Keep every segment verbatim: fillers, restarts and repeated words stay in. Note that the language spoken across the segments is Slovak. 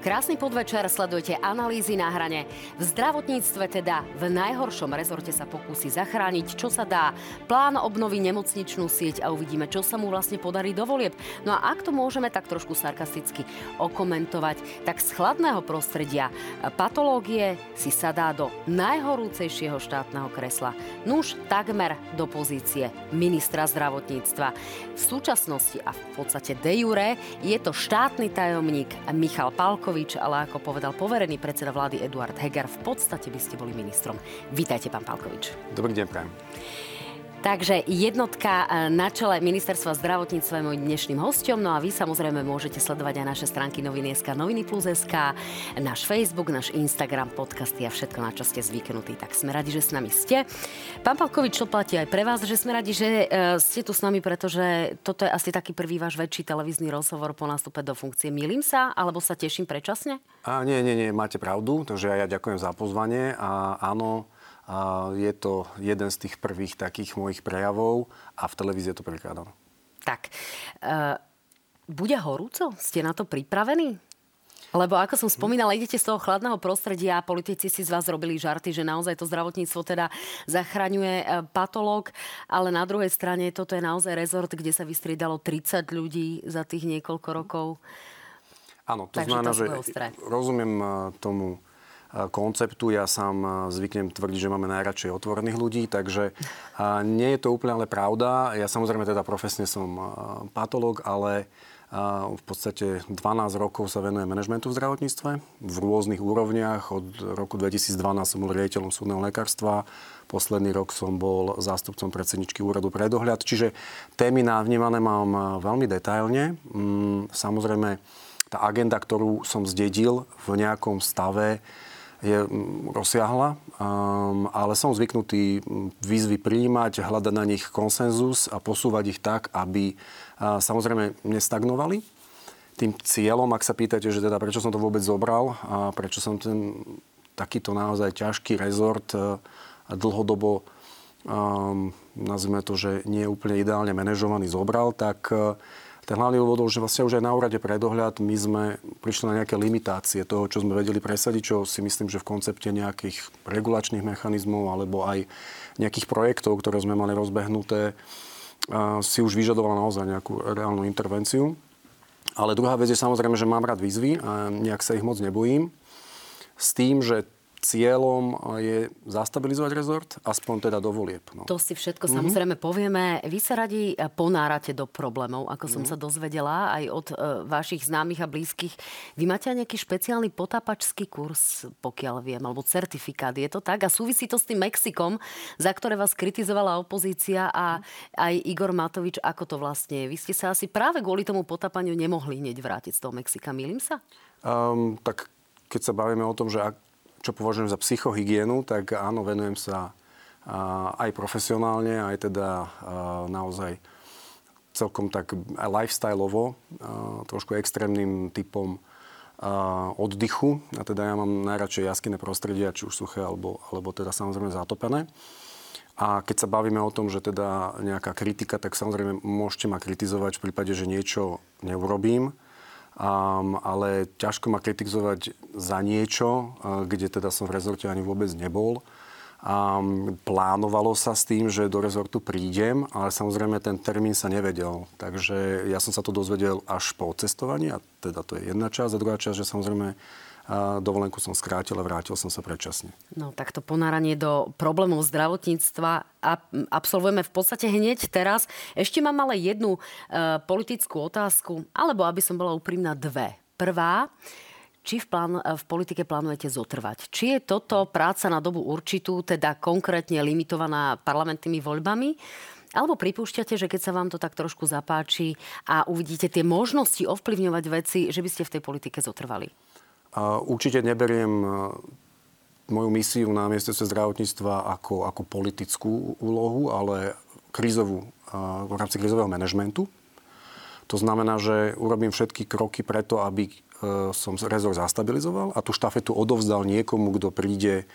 Krásny podvečer, sledujete Analýzy na hrane. V zdravotníctve, teda v najhoršom rezorte, sa pokúsi zachrániť, čo sa dá. Plán obnoví nemocničnú sieť a uvidíme, čo sa mu vlastne podarí do volieb. No a ak to môžeme tak trošku sarkasticky okomentovať, tak z chladného prostredia patológie si sadá do najhorúcejšieho štátneho kresla. Nuž takmer do pozície ministra zdravotníctva. V súčasnosti a v podstate de jure je to štátny tajomník Michal Palkovič, ale ako povedal poverený predseda vlády Eduard Heger, v podstate by ste boli ministrom. Vítajte, pán Palkovič. Dobrý deň, prajem. Takže jednotka na čele ministerstva zdravotníctva je môj dnešným hosťom, no a vy samozrejme môžete sledovať aj naše stránky Noviny bodka es ká, Noviny plus bodka es ká, náš Facebook, náš Instagram, podcasty a všetko, na čo ste zvyknutí. Tak sme radi, že s nami ste. Pán Palkovič, to platí aj pre vás, že sme radi, že ste tu s nami, pretože toto je asi taký prvý váš väčší televízny rozhovor po nástupe do funkcie. Mýlim sa, alebo sa teším predčasne? A nie, nie, nie, máte pravdu, takže ja ďakujem za pozvanie a áno, a je to jeden z tých prvých takých mojich prejavov a v televízii je to prvýkrát. Tak, uh, bude horúco? Ste na to pripravení? Lebo ako som spomínala, idete z toho chladného prostredia a politici si z vás robili žarty, že naozaj to zdravotníctvo teda zachraňuje patológ, ale na druhej strane toto je naozaj rezort, kde sa vystriedalo tridsať ľudí za tých niekoľko rokov. Áno, to znamená, že rozumiem tomu konceptu. Ja sám zvyknem tvrdiť, že máme najradšej otvorených ľudí, takže nie je to úplne ale pravda. Ja samozrejme teda profesne som patológ, ale v podstate dvanásť rokov sa venujem manažmentu v zdravotníctve v rôznych úrovniach. Od roku dvetisícdvanásť som bol riaditeľom súdneho lekárstva. Posledný rok som bol zástupcom predsedničky úradu pre dohľad. Čiže témy navnímané mám veľmi detailne. Samozrejme, tá agenda, ktorú som zdedil v nejakom stave, je rozsiahla, um, ale som zvyknutý výzvy prijímať, hľadať na nich konsenzus a posúvať ich tak, aby uh, samozrejme nestagnovali. Tým cieľom, ak sa pýtate, že teda prečo som to vôbec zobral a prečo som ten takýto naozaj ťažký rezort uh, dlhodobo, um, nazvime to, že nie je úplne ideálne manažovaný, zobral, tak uh, ten hlavný dôvod, že vlastne už aj na úrade pre dohľad my sme prišli na nejaké limitácie toho, čo sme vedeli presadiť, čo si myslím, že v koncepte nejakých regulačných mechanizmov alebo aj nejakých projektov, ktoré sme mali rozbehnuté, si už vyžadovalo naozaj nejakú reálnu intervenciu. Ale druhá vec je samozrejme, že mám rád výzvy a nejak sa ich moc nebojím. S tým, že cieľom je zastabilizovať rezort, aspoň teda do volieb. No. To si všetko mm-hmm. samozrejme povieme. Vy sa radi ponárate do problémov, ako som mm-hmm. sa dozvedela aj od e, vašich známych a blízkych. Vy máte aj nejaký špeciálny potápačský kurz, pokiaľ viem, alebo certifikát. Je to tak? A súvisí to s tým Mexikom, za ktoré vás kritizovala opozícia a aj Igor Matovič. Ako to vlastne je? Vy ste sa asi práve kvôli tomu potápaniu nemohli hneď vrátiť z toho Mexika. Mýlim sa? Um, tak keď sa bavíme o tom, že ak čo považujem za psychohygienu, tak áno, venujem sa aj profesionálne, aj teda naozaj celkom tak aj lifestyleovo, trošku extrémnym typom oddychu. A teda ja mám najradšej jaskinné prostredia, či už suché, alebo, alebo teda samozrejme zatopené. A keď sa bavíme o tom, že teda nejaká kritika, tak samozrejme môžete ma kritizovať v prípade, že niečo neurobím. Um, ale ťažko ma kritizovať za niečo, uh, kde teda som v rezorte ani vôbec nebol. Um, plánovalo sa s tým, že do rezortu prídem, ale samozrejme ten termín sa nevedel. Takže ja som sa to dozvedel až po cestovaní, a teda to je jedna časť. A druhá časť, že samozrejme uh, dovolenku som skrátil a vrátil som sa predčasne. No tak to ponáranie do problémov zdravotníctva absolvujeme v podstate hneď teraz. Ešte mám ale jednu e, politickú otázku, alebo aby som bola úprimná, dve. Prvá, či v, plán, v politike plánujete zotrvať? Či je toto práca na dobu určitú, teda konkrétne limitovaná parlamentnými voľbami? Alebo pripúšťate, že keď sa vám to tak trošku zapáči a uvidíte tie možnosti ovplyvňovať veci, že by ste v tej politike zotrvali? Uh, určite neberiem moju misiu na ministerstve zdravotníctva ako, ako politickú úlohu, ale krízovú, v rámci krízového manažmentu. To znamená, že urobím všetky kroky preto, aby som rezort zastabilizoval a tú štafetu odovzdal niekomu, kto príde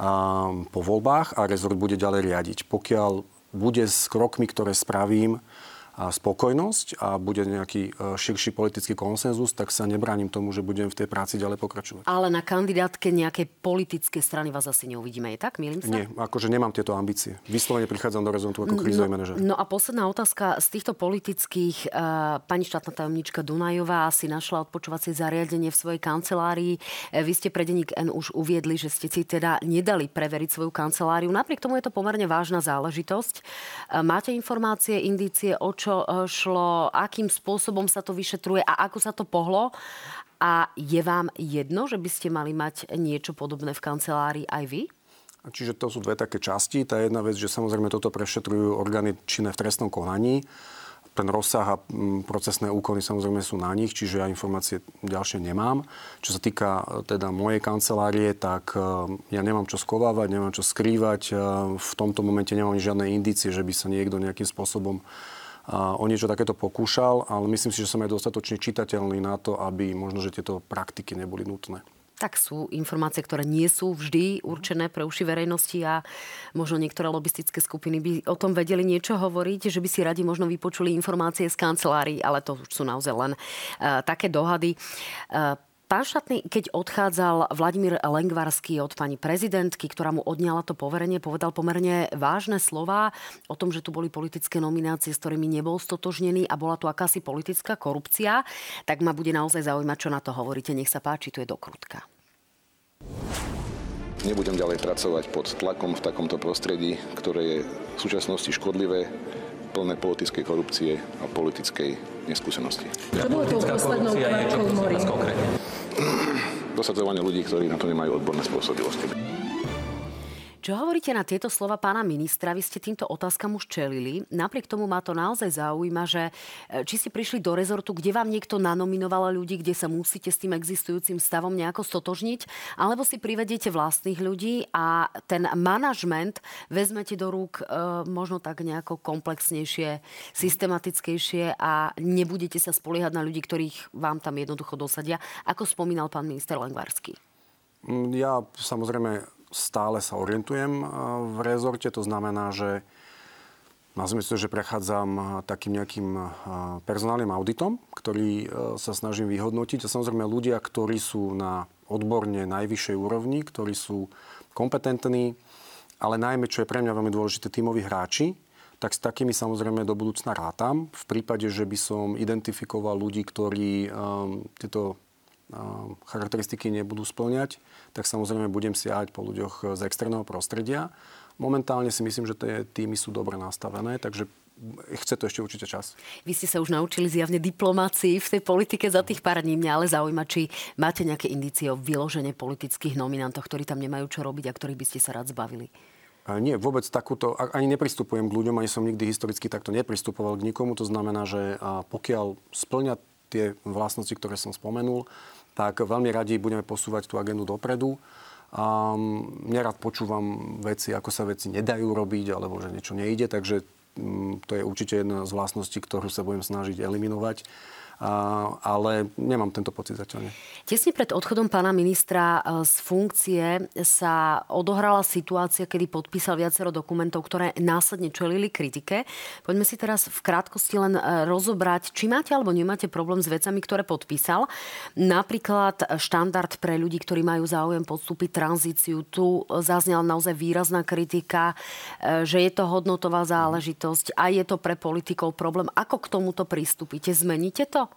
po voľbách a rezort bude ďalej riadiť. Pokiaľ bude s krokmi, ktoré spravím, spokojnosť a bude nejaký širší politický konsenzus, tak sa nebránim tomu, že budem v tej práci ďalej pokračovať. Ale na kandidátke nejakej politické strany vás asi neuvidíme, je tak? Mýlim sa? Nie, akože nemám tieto ambície. Vyslovene prichádzam do rezortu ako krízový no, manažer. No a posledná otázka. Z týchto politických uh, pani štátna tajomníčka Dunajová si našla odpočúvacie zariadenie v svojej kancelárii. Vy ste pre denník N už uviedli, že ste si teda nedali preveriť svoju kanceláriu. Napriek tomu je to pomerne vážna záležitosť. Uh, máte informácie, indície, o čo šlo, akým spôsobom sa to vyšetruje a ako sa to pohlo? A je vám jedno, že by ste mali mať niečo podobné v kancelárii aj vy? Čiže to sú dve také časti. Tá jedna vec, že samozrejme toto prešetrujú orgány činné v trestnom konaní. Ten rozsah a procesné úkony samozrejme sú na nich, čiže ja informácie ďalšie nemám. Čo sa týka teda mojej kancelárie, tak ja nemám čo skovávať, nemám čo skrývať. V tomto momente nemám žiadne indície, že by sa niekto nejakým spôsobom o niečo takéto pokúšal, ale myslím si, že som aj dostatočne čitateľný na to, aby možno, že tieto praktiky neboli nutné. Tak sú informácie, ktoré nie sú vždy určené pre uši verejnosti a možno niektoré lobistické skupiny by o tom vedeli niečo hovoriť, že by si radi možno vypočuli informácie z kancelárií, ale to sú naozaj len uh, také dohady. Uh, Pán štátny, keď odchádzal Vladimír Lengvarský od pani prezidentky, ktorá mu odňala to poverenie, povedal pomerne vážne slová o tom, že tu boli politické nominácie, s ktorými nebol stotožnený a bola tu akási politická korupcia, tak ma bude naozaj zaujímať, čo na to hovoríte. Nech sa páči, tu je dokrutka. Nebudem ďalej pracovať pod tlakom v takomto prostredí, ktoré je v súčasnosti škodlivé, plné politickej korupcie a politickej neskúsenosti. Čo bolo tou poslednou kvapkou mori? Dosadzovanie ľudí, ktorí na to nemajú odborné spôsobilosti. Čo hovoríte na tieto slova pána ministra? Vy ste týmto otázkam už čelili. Napriek tomu ma to naozaj zaujíma, že či ste prišli do rezortu, kde vám niekto nanominoval ľudí, kde sa musíte s tým existujúcim stavom nejako stotožniť, alebo si privediete vlastných ľudí a ten manažment vezmete do rúk e, možno tak nejako komplexnejšie, systematickejšie a nebudete sa spoliehať na ľudí, ktorých vám tam jednoducho dosadia, ako spomínal pán minister Lengvarský. Ja samozrejme stále sa orientujem v rezorte, to znamená, že nazvime si to, že prechádzam takým nejakým personálnym auditom, ktorý sa snažím vyhodnotiť. A samozrejme ľudia, ktorí sú na odborne najvyššej úrovni, ktorí sú kompetentní, ale najmä, čo je pre mňa veľmi dôležité, tímoví hráči, tak s takými samozrejme do budúcna rátam. V prípade, že by som identifikoval ľudí, ktorí um, tieto charakteristiky nebudú spĺňať, tak samozrejme budem siahať po ľuďoch z externého prostredia. Momentálne si myslím, že tie týmy sú dobre nastavené, takže chce to ešte určite čas. Vy ste sa už naučili zjavne diplomácii v tej politike za tých pár dní. Mňa ale zaujíma, či máte nejaké indície o vyloženie politických nominantoch, ktorí tam nemajú čo robiť a ktorých by ste sa rád zbavili. Nie, vôbec takúto, ani nepristupujem k ľuďom, ani som nikdy historicky takto nepristupoval k nikomu. To znamená, že pokiaľ spĺňa tie vlastnosti, ktoré som spomenul, tak veľmi radi budeme posúvať tú agendu dopredu. Um, nerad počúvam veci, ako sa veci nedajú robiť, alebo že niečo nejde, takže um, to je určite jedna z vlastností, ktorú sa budem snažiť eliminovať. Uh, ale nemám tento pocit zatiaľ. Tesne pred odchodom pána ministra z funkcie sa odohrala situácia, kedy podpísal viacero dokumentov, ktoré následne čelili kritike. Poďme si teraz v krátkosti len rozobrať, či máte alebo nemáte problém s vecami, ktoré podpísal. Napríklad štandard pre ľudí, ktorí majú záujem podstúpiť tranzíciu. Tu zaznela naozaj výrazná kritika, že je to hodnotová záležitosť a je to pre politikov problém. Ako k tomuto pristúpite? Zmeníte to?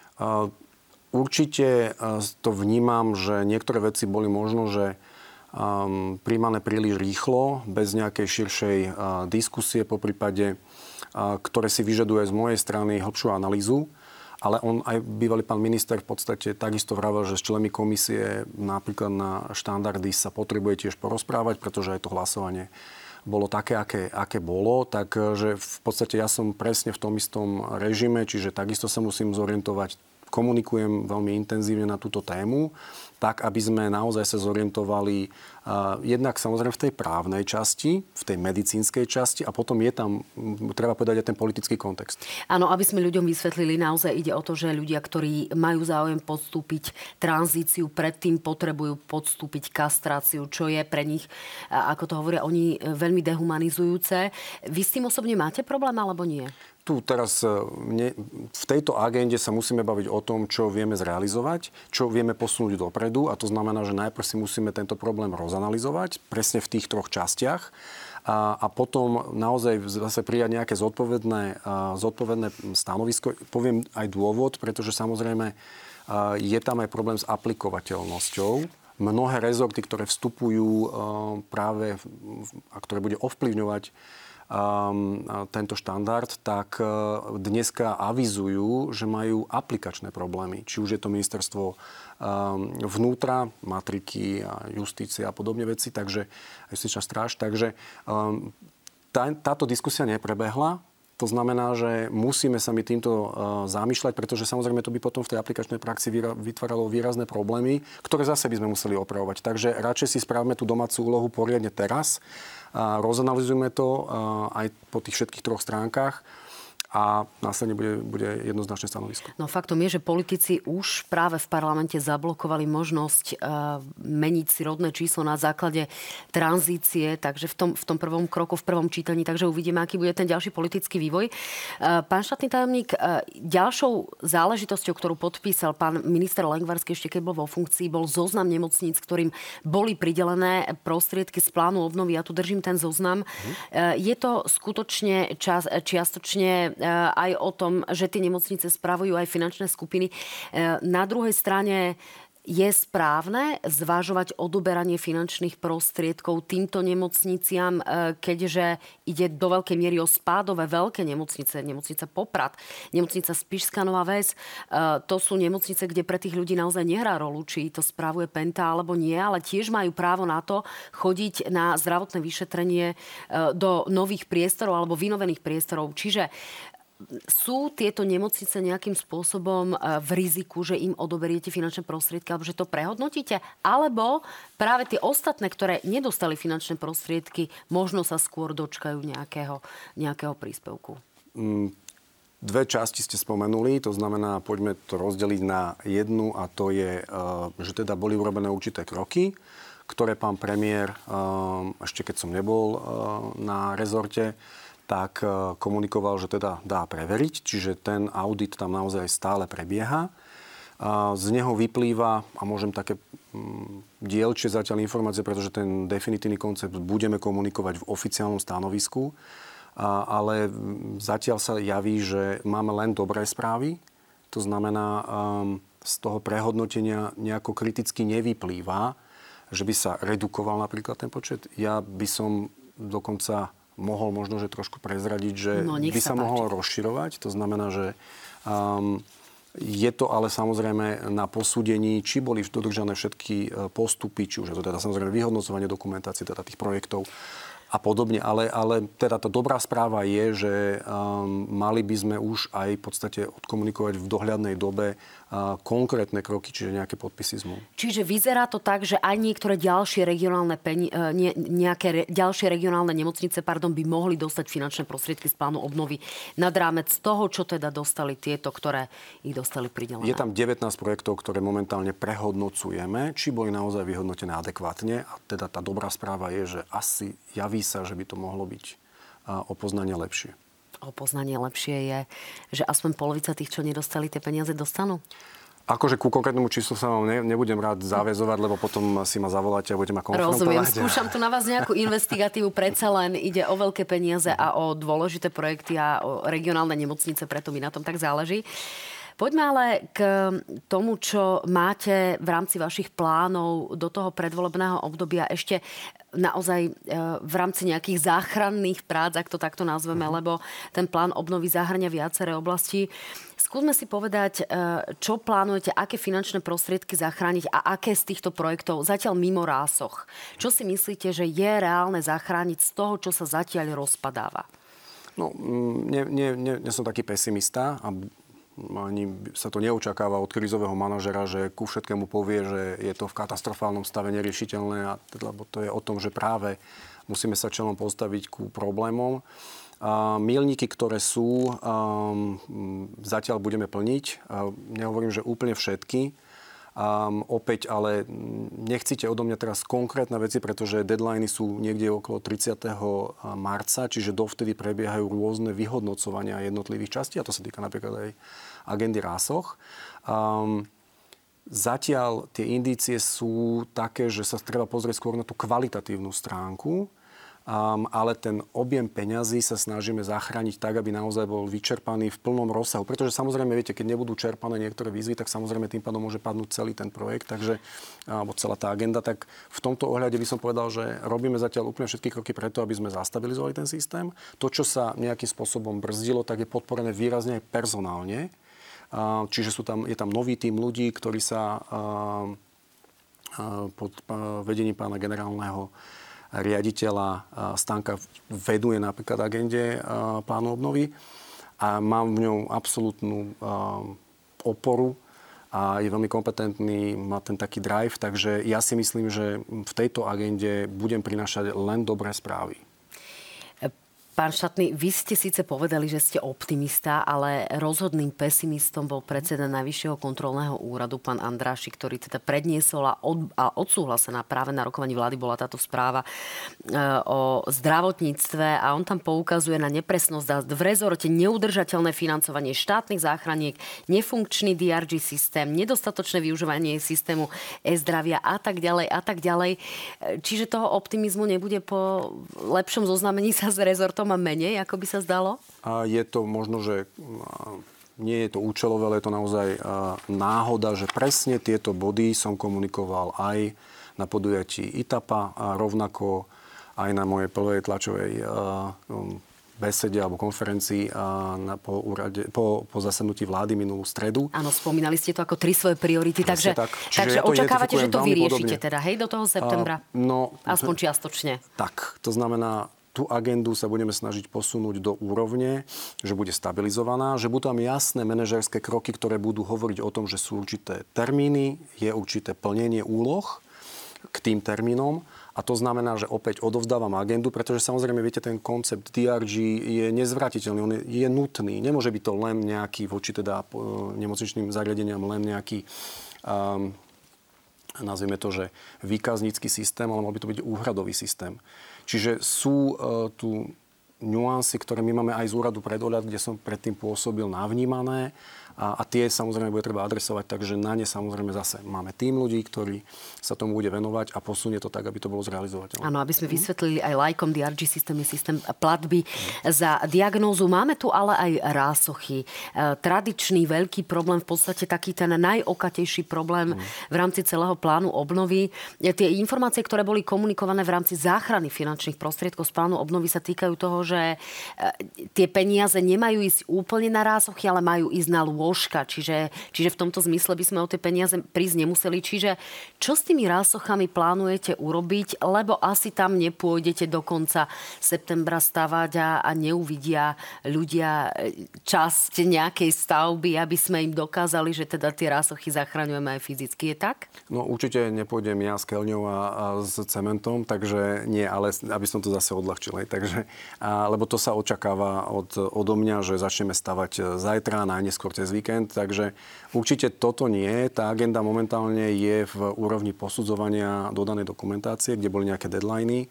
Určite to vnímam, že niektoré veci boli možno, že um, príjmané príliš rýchlo, bez nejakej širšej uh, diskusie, poprípade, uh, ktoré si vyžaduje z mojej strany hĺbšiu analýzu. Ale on aj bývalý pán minister v podstate takisto vravel, že s členmi komisie napríklad na štandardy sa potrebuje tiež porozprávať, pretože aj to hlasovanie bolo také, aké, aké bolo, takže v podstate ja som presne v tom istom režime, čiže takisto sa musím zorientovať, komunikujem veľmi intenzívne na túto tému, tak, aby sme naozaj sa zorientovali uh, jednak samozrejme v tej právnej časti, v tej medicínskej časti a potom je tam, treba povedať, aj ten politický kontext. Áno, aby sme ľuďom vysvetlili, naozaj ide o to, že ľudia, ktorí majú záujem podstúpiť tranzíciu, predtým potrebujú podstúpiť kastráciu, čo je pre nich, ako to hovoria oni, veľmi dehumanizujúce. Vy s tým osobne máte problém, alebo nie? tu teraz ne, v tejto agende sa musíme baviť o tom, čo vieme zrealizovať, čo vieme posunúť dopredu a to znamená, že najprv si musíme tento problém rozanalizovať presne v tých troch častiach a, a potom naozaj zase prijať nejaké zodpovedné, zodpovedné stanovisko. Poviem aj dôvod, pretože samozrejme je tam aj problém s aplikovateľnosťou. Mnohé rezorty, ktoré vstupujú práve a ktoré bude ovplyvňovať tento štandard, tak dneska avizujú, že majú aplikačné problémy. Či už je to ministerstvo vnútra, matriky, justícia a podobne veci, takže justičná stráž. Takže tá, táto diskusia neprebehla. To znamená, že musíme sa my týmto zamýšľať, pretože samozrejme to by potom v tej aplikačnej praxi vytváralo výrazné problémy, ktoré zase by sme museli opravovať. Takže radšej si spravme tú domácu úlohu poriadne teraz, rozanalizujme to aj po tých všetkých troch stránkach a následne bude, bude jednoznačné stanovisko. No faktom je, že politici už práve v parlamente zablokovali možnosť uh, meniť si rodné číslo na základe tranzície, takže v tom, v tom prvom kroku, v prvom čítaní, takže uvidíme, aký bude ten ďalší politický vývoj. Uh, pán štátny tajomník, uh, ďalšou záležitosťou, ktorú podpísal pán minister Lengvarský ešte keď bol vo funkcii, bol zoznam nemocníc, ktorým boli pridelené prostriedky z plánu obnovy. Ja tu držím ten zoznam. Mhm. Uh, je to skutočne čas, čiastočne aj o tom, že tie nemocnice spravujú aj finančné skupiny. Na druhej strane je správne zvažovať odoberanie finančných prostriedkov týmto nemocniciam, keďže ide do veľkej miery o spádové veľké nemocnice, nemocnica Poprad, nemocnica Spišská Nová Ves. To sú nemocnice, kde pre tých ľudí naozaj nehrá rolu, či to spravuje Penta alebo nie, ale tiež majú právo na to chodiť na zdravotné vyšetrenie do nových priestorov alebo vynovených priestorov. Čiže sú tieto nemocnice nejakým spôsobom v riziku, že im odoberiete finančné prostriedky alebo že to prehodnotíte? Alebo práve tie ostatné, ktoré nedostali finančné prostriedky, možno sa skôr dočkajú nejakého, nejakého príspevku? Dve časti ste spomenuli, to znamená, poďme to rozdeliť na jednu a to je, že teda boli urobené určité kroky, ktoré pán premiér, ešte keď som nebol na rezorte, tak komunikoval, že teda dá preveriť, čiže ten audit tam naozaj stále prebieha. Z neho vyplýva, a môžem také dielčie zatiaľ informácie, pretože ten definitívny koncept budeme komunikovať v oficiálnom stanovisku, ale zatiaľ sa javí, že máme len dobré správy. To znamená, z toho prehodnotenia nejako kriticky nevyplýva, že by sa redukoval napríklad ten počet. Ja by som dokonca mohol možno, že trošku prezradiť, že no, by sa, sa mohol rozširovať. To znamená, že um, je to ale samozrejme na posúdení, či boli dodržané všetky postupy, či už je to teda samozrejme vyhodnocovanie dokumentácie, teda tých projektov a podobne. Ale, ale teda tá dobrá správa je, že um, mali by sme už aj v podstate odkomunikovať v dohľadnej dobe uh, konkrétne kroky, čiže nejaké podpisy zmluv. Čiže vyzerá to tak, že aj niektoré ďalšie regionálne peni- ne, nejaké re- ďalšie regionálne nemocnice pardon, by mohli dostať finančné prostriedky z plánu obnovy nad rámec toho, čo teda dostali tieto, ktoré ich dostali pridelené. Je tam devätnásť projektov, ktoré momentálne prehodnocujeme, či boli naozaj vyhodnotené adekvátne. A teda tá dobrá správa je, že asi javí sa, že by to mohlo byť o poznanie lepšie. O poznanie lepšie je, že aspoň polovica tých, čo nedostali, tie peniaze dostanú? Akože ku konkrétnemu číslu sa vám ne, nebudem rád zaväzovať, lebo potom si ma zavoláte a budete ma konfrontovať. Rozumiem, skúšam tu na vás nejakú investigatívu, predsa len ide o veľké peniaze a o dôležité projekty a o regionálne nemocnice, preto mi na tom tak záleží. Poďme ale k tomu, čo máte v rámci vašich plánov do toho predvolebného obdobia ešte naozaj v rámci nejakých záchranných prác, ak to takto nazveme, lebo ten plán obnovy zahŕňa viaceré oblasti. Skúsme si povedať, čo plánujete, aké finančné prostriedky zachrániť a aké z týchto projektov zatiaľ mimo rásoch. Čo si myslíte, že je reálne zachrániť z toho, čo sa zatiaľ rozpadáva? No, nie, nie, nie, nie som taký pesimista a ani sa to neočakáva od krízového manažera, že ku všetkému povie, že je to v katastrofálnom stave neriešiteľné, a teda, lebo to je o tom, že práve musíme sa čelom postaviť ku problémom. A míľniky, ktoré sú, um, zatiaľ budeme plniť. A nehovorím, že úplne všetky, Um, opäť, ale nechcite odo mňa teraz konkrétne veci, pretože deadliny sú niekde okolo tridsiateho marca, čiže dovtedy prebiehajú rôzne vyhodnocovania jednotlivých častí a to sa týka napríklad aj agendy rásoch. Um, zatiaľ tie indície sú také, že sa treba pozrieť skôr na tú kvalitatívnu stránku, Um, ale ten objem peňazí sa snažíme zachrániť tak, aby naozaj bol vyčerpaný v plnom rozsahu. Pretože samozrejme, viete, keď nebudú čerpané niektoré výzvy, tak samozrejme tým pádom môže padnúť celý ten projekt, takže, alebo celá tá agenda. Tak v tomto ohľade by som povedal, že robíme zatiaľ úplne všetky kroky preto, aby sme zastabilizovali ten systém. To, čo sa nejakým spôsobom brzdilo, tak je podporené výrazne aj personálne. Uh, čiže sú tam, je tam nový tím ľudí, ktorí sa uh, uh, pod uh, vedením pána generálneho riaditeľa Stanka veduje napríklad agende plánu obnovy a mám v ňom absolútnu oporu a je veľmi kompetentný, má ten taký drive, takže ja si myslím, že v tejto agende budem prinášať len dobré správy. Pán Šatný, vy ste síce povedali, že ste optimista, ale rozhodným pesimistom bol predseda Najvyššieho kontrolného úradu, pán Andrášik, ktorý teda predniesol a, od, a odsúhlasená práve na rokovaní vlády bola táto správa e, o zdravotníctve a on tam poukazuje na nepresnosť a v rezorte neudržateľné financovanie štátnych záchraniek, nefunkčný dé er gé systém, nedostatočné využívanie systému e-zdravia a tak ďalej a tak ďalej. Čiže toho optimizmu nebude po lepšom zoznámení sa s rezortom a menej, ako by sa zdalo? A je to možno, že nie je to účelové, ale je to naozaj náhoda, že presne tieto body som komunikoval aj na podujatí í té á pé a rovnako aj na mojej prvej tlačovej besede alebo konferencii na, po, úrade, po, po zasadnutí vlády minulú stredu. Áno, spomínali ste to ako tri svoje priority, takže, tak. takže ja očakávate, že to vyriešite podobne. Teda, hej, do toho septembra? A, no, aspoň čiastočne. Tak, to znamená, tú agendu sa budeme snažiť posunúť do úrovne, že bude stabilizovaná, že budú tam jasné manažerské kroky, ktoré budú hovoriť o tom, že sú určité termíny, je určité plnenie úloh k tým termínom. A to znamená, že opäť odovzdávam agendu, pretože samozrejme, viete, ten koncept dé er gé je nezvratiteľný, on je, je nutný. Nemôže byť to len nejaký voči teda nemocničným zariadeniam, len nejaký um, nazvieme to, že výkaznícky systém, ale mal by to byť úhradový systém. Čiže sú uh, tu nuancy, ktoré my máme aj z úradu pre dohľad, kde som predtým pôsobil, navnímané a, a tie samozrejme bude treba adresovať, takže na ne samozrejme zase máme tým ľudí, ktorí sa tomu bude venovať a posunie to tak, aby to bolo zrealizovateľné. Áno, aby sme vysvetlili aj lajkom, dé er gé systém je systém platby za diagnózu. Máme tu ale aj rásochy. Tradičný veľký problém, v podstate taký ten najokatejší problém v rámci celého plánu obnovy. Tie informácie, ktoré boli komunikované v rámci záchrany finančných prostriedkov z plánu obnovy sa týkajú toho, že tie peniaze nemajú ísť úplne na rásochy, ale majú ísť na lôžka. Čiže, čiže v tomto zmysle by sme o tie peniaze prísť nemuseli. Čiže čo s tými rásochami plánujete urobiť? Lebo asi tam nepôjdete do konca septembra stavať a, a neuvidia ľudia časť nejakej stavby, aby sme im dokázali, že teda tie rásochy zachraňujeme aj fyzicky. Je tak? No určite nepôjdem ja s keľňou a, a s cementom, takže nie, ale aby som to zase odľahčil. Takže, a, lebo to sa očakáva od, odo mňa, že začneme stavať zajtra, najneskôr cez víkend, takže určite toto nie. Tá agenda momentálne je v úrovni posudzovania dodanej dokumentácie, kde boli nejaké deadliny.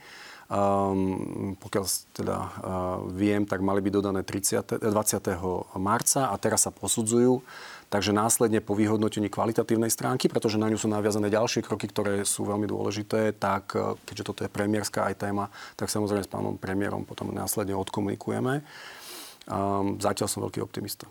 Um, pokiaľ teda uh, viem, tak mali byť dodané dvadsiateho marca a teraz sa posudzujú. Takže následne po vyhodnotení kvalitatívnej stránky, pretože na ňu sú naviazané ďalšie kroky, ktoré sú veľmi dôležité, tak keďže toto je premiérska aj téma, tak samozrejme s pánom premiérom potom následne odkomunikujeme. Um, zatiaľ som veľký optimista.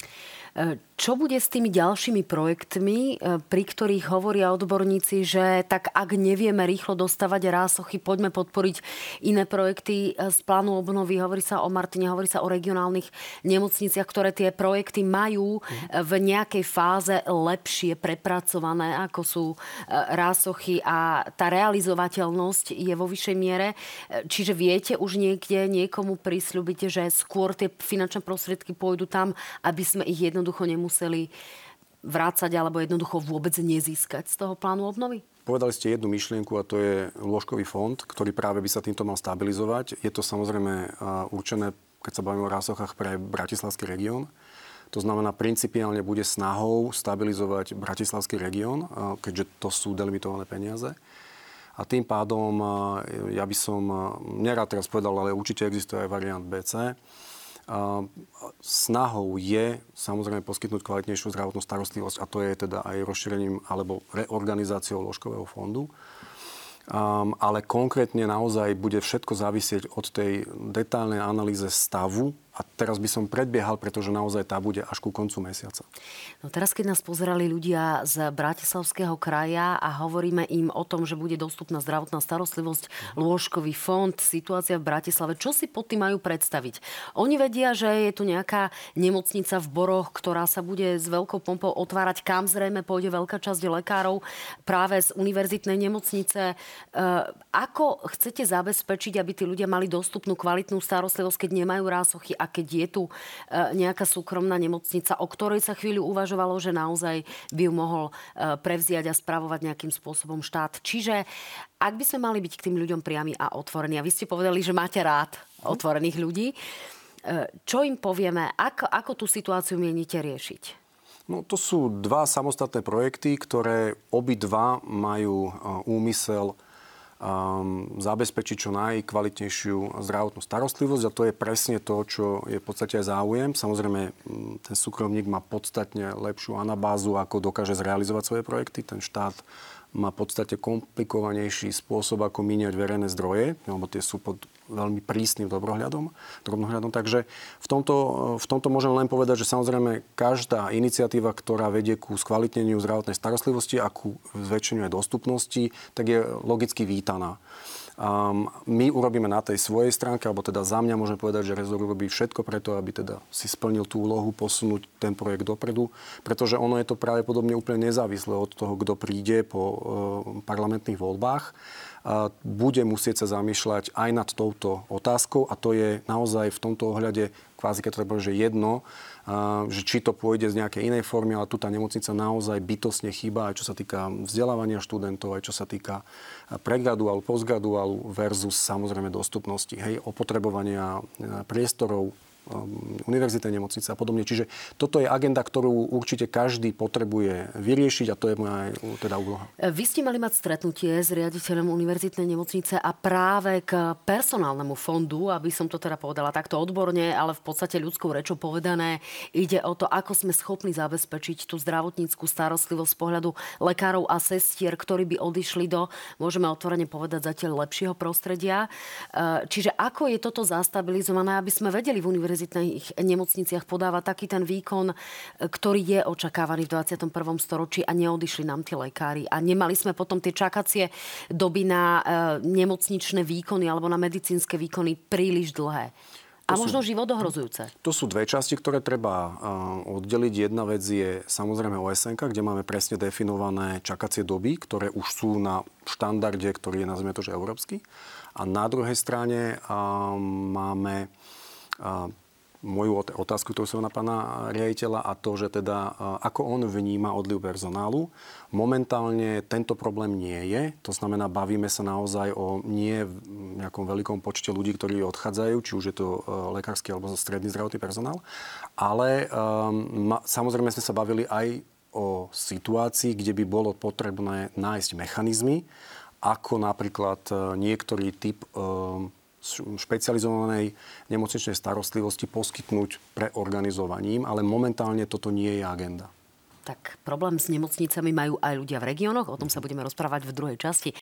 Čo bude s tými ďalšími projektmi, pri ktorých hovoria odborníci, že tak ak nevieme rýchlo dostavať rásochy, poďme podporiť iné projekty z plánu obnovy. Hovorí sa o Martine, hovorí sa o regionálnych nemocniciach, ktoré tie projekty majú v nejakej fáze lepšie prepracované, ako sú rásochy a tá realizovateľnosť je vo vyššej miere. Čiže viete už niekde niekomu prisľúbiť, že skôr tie finančné prostriedky pôjdu tam, aby sme ich jednoducho jednoducho nemuseli vrácať alebo jednoducho vôbec nezískať z toho plánu obnovy? Povedali ste jednu myšlienku a to je lôžkový fond, ktorý práve by sa týmto mal stabilizovať. Je to samozrejme určené, keď sa bavíme o rásochách, pre Bratislavský región. To znamená, principiálne bude snahou stabilizovať bratislavský región, keďže to sú delimitované peniaze. A tým pádom, ja by som, nerád teraz povedal, ale určite existuje aj variant bé cé. Snahou je samozrejme poskytnúť kvalitnejšiu zdravotnú starostlivosť a to je teda aj rozšírením alebo reorganizáciou lôžkového fondu. Um, ale konkrétne naozaj bude všetko závisieť od tej detailnej analýze stavu a teraz by som predbiehal, pretože naozaj tá bude až ku koncu mesiaca. No teraz, keď nás pozerali ľudia z Bratislavského kraja a hovoríme im o tom, že bude dostupná zdravotná starostlivosť, lôžkový fond, situácia v Bratislave, čo si pod tým majú predstaviť? Oni vedia, že je tu nejaká nemocnica v Boroch, ktorá sa bude s veľkou pompou otvárať, kam zrejme pôjde veľká časť lekárov práve z univerzitnej nemocnice. Ako chcete zabezpečiť, aby tí ľudia mali dostupnú kvalitnú starostlivosť, keď nemajú rásochy a keď je tu nejaká súkromná nemocnica, o ktorej sa chvíľu uvažovalo, že naozaj by ju mohol prevziať a spravovať nejakým spôsobom štát. Čiže ak by sme mali byť k tým ľuďom priami a otvorení, a vy ste povedali, že máte rád otvorených ľudí, čo im povieme, ako, ako tú situáciu mienite riešiť? No, to sú dva samostatné projekty, ktoré obidva majú úmysel um, zabezpečiť čo najkvalitnejšiu zdravotnú starostlivosť a to je presne to, čo je v podstate aj záujem. Samozrejme, ten súkromník má podstatne lepšiu anabázu, ako dokáže zrealizovať svoje projekty. Ten štát má v podstate komplikovanejší spôsob, ako míňať verejné zdroje, lebo tie sú pod veľmi prísnym dobrohľadom, drobnohľadom. Takže v tomto, v tomto môžem len povedať, že samozrejme každá iniciatíva, ktorá vedie ku skvalitneniu zdravotnej starostlivosti a ku zväčšeniu aj dostupnosti, tak je logicky vítaná. Um, my urobíme na tej svojej stránke, alebo teda za mňa môžem povedať, že rezort urobí všetko preto, aby teda si splnil tú úlohu, posunúť ten projekt dopredu, pretože ono je to pravdepodobne úplne nezávislé od toho, kto príde po uh, parlamentných voľbách. Uh, bude musieť sa zamýšľať aj nad touto otázkou a to je naozaj v tomto ohľade kvázi, keď to treba, že jedno, uh, že či to pôjde z nejakej inej formy, ale tu tá nemocnica naozaj bytostne chýba, aj čo sa týka vzdelávania študentov, aj čo sa týka pregraduálu, postgraduálu versus samozrejme dostupnosti, hej, opotrebovania priestorov, univerzitnej nemocnice a podobne. Čiže toto je agenda, ktorú určite každý potrebuje vyriešiť a to je moja teda úloha. Vy ste mali mať stretnutie s riaditeľom univerzitnej nemocnice a práve k personálnemu fondu, aby som to teda povedala takto odborne, ale v podstate ľudskou rečou povedané, ide o to, ako sme schopní zabezpečiť tú zdravotníckú starostlivosť z pohľadu lekárov a sestier, ktorí by odišli do, môžeme otvorene povedať, zatiaľ lepšieho prostredia. Čiže ako je toto zastabilizované, aby sme vedeli v univerzitnej univerzitných nemocniciach podáva taký ten výkon, ktorý je očakávaný v dvadsiatom prvom storočí a neodišli nám tí lekári. A nemali sme potom tie čakacie doby na nemocničné výkony alebo na medicínske výkony príliš dlhé. A to možno sú, život ohrozujúce. To sú dve časti, ktoré treba uh, oddeliť. Jedna vec je samozrejme ó es en ká, kde máme presne definované čakacie doby, ktoré už sú na štandarde, ktorý je, nazvime to, že európsky. A na druhej strane uh, máme uh, moju otázku, ktorú som na pána riaditeľa a to, že teda ako on vníma odliv personálu. Momentálne tento problém nie je. To znamená, bavíme sa naozaj o nie nejakom veľkom počte ľudí, ktorí odchádzajú, či už je to lekársky alebo stredný zdravotný personál. Ale um, ma, samozrejme sme sa bavili aj o situácii, kde by bolo potrebné nájsť mechanizmy, ako napríklad niektorý typ um, špecializovanej nemocničnej starostlivosti poskytnúť preorganizovaním, ale momentálne toto nie je agenda. Tak problém s nemocnicami majú aj ľudia v regiónoch, o tom sa budeme rozprávať v druhej časti.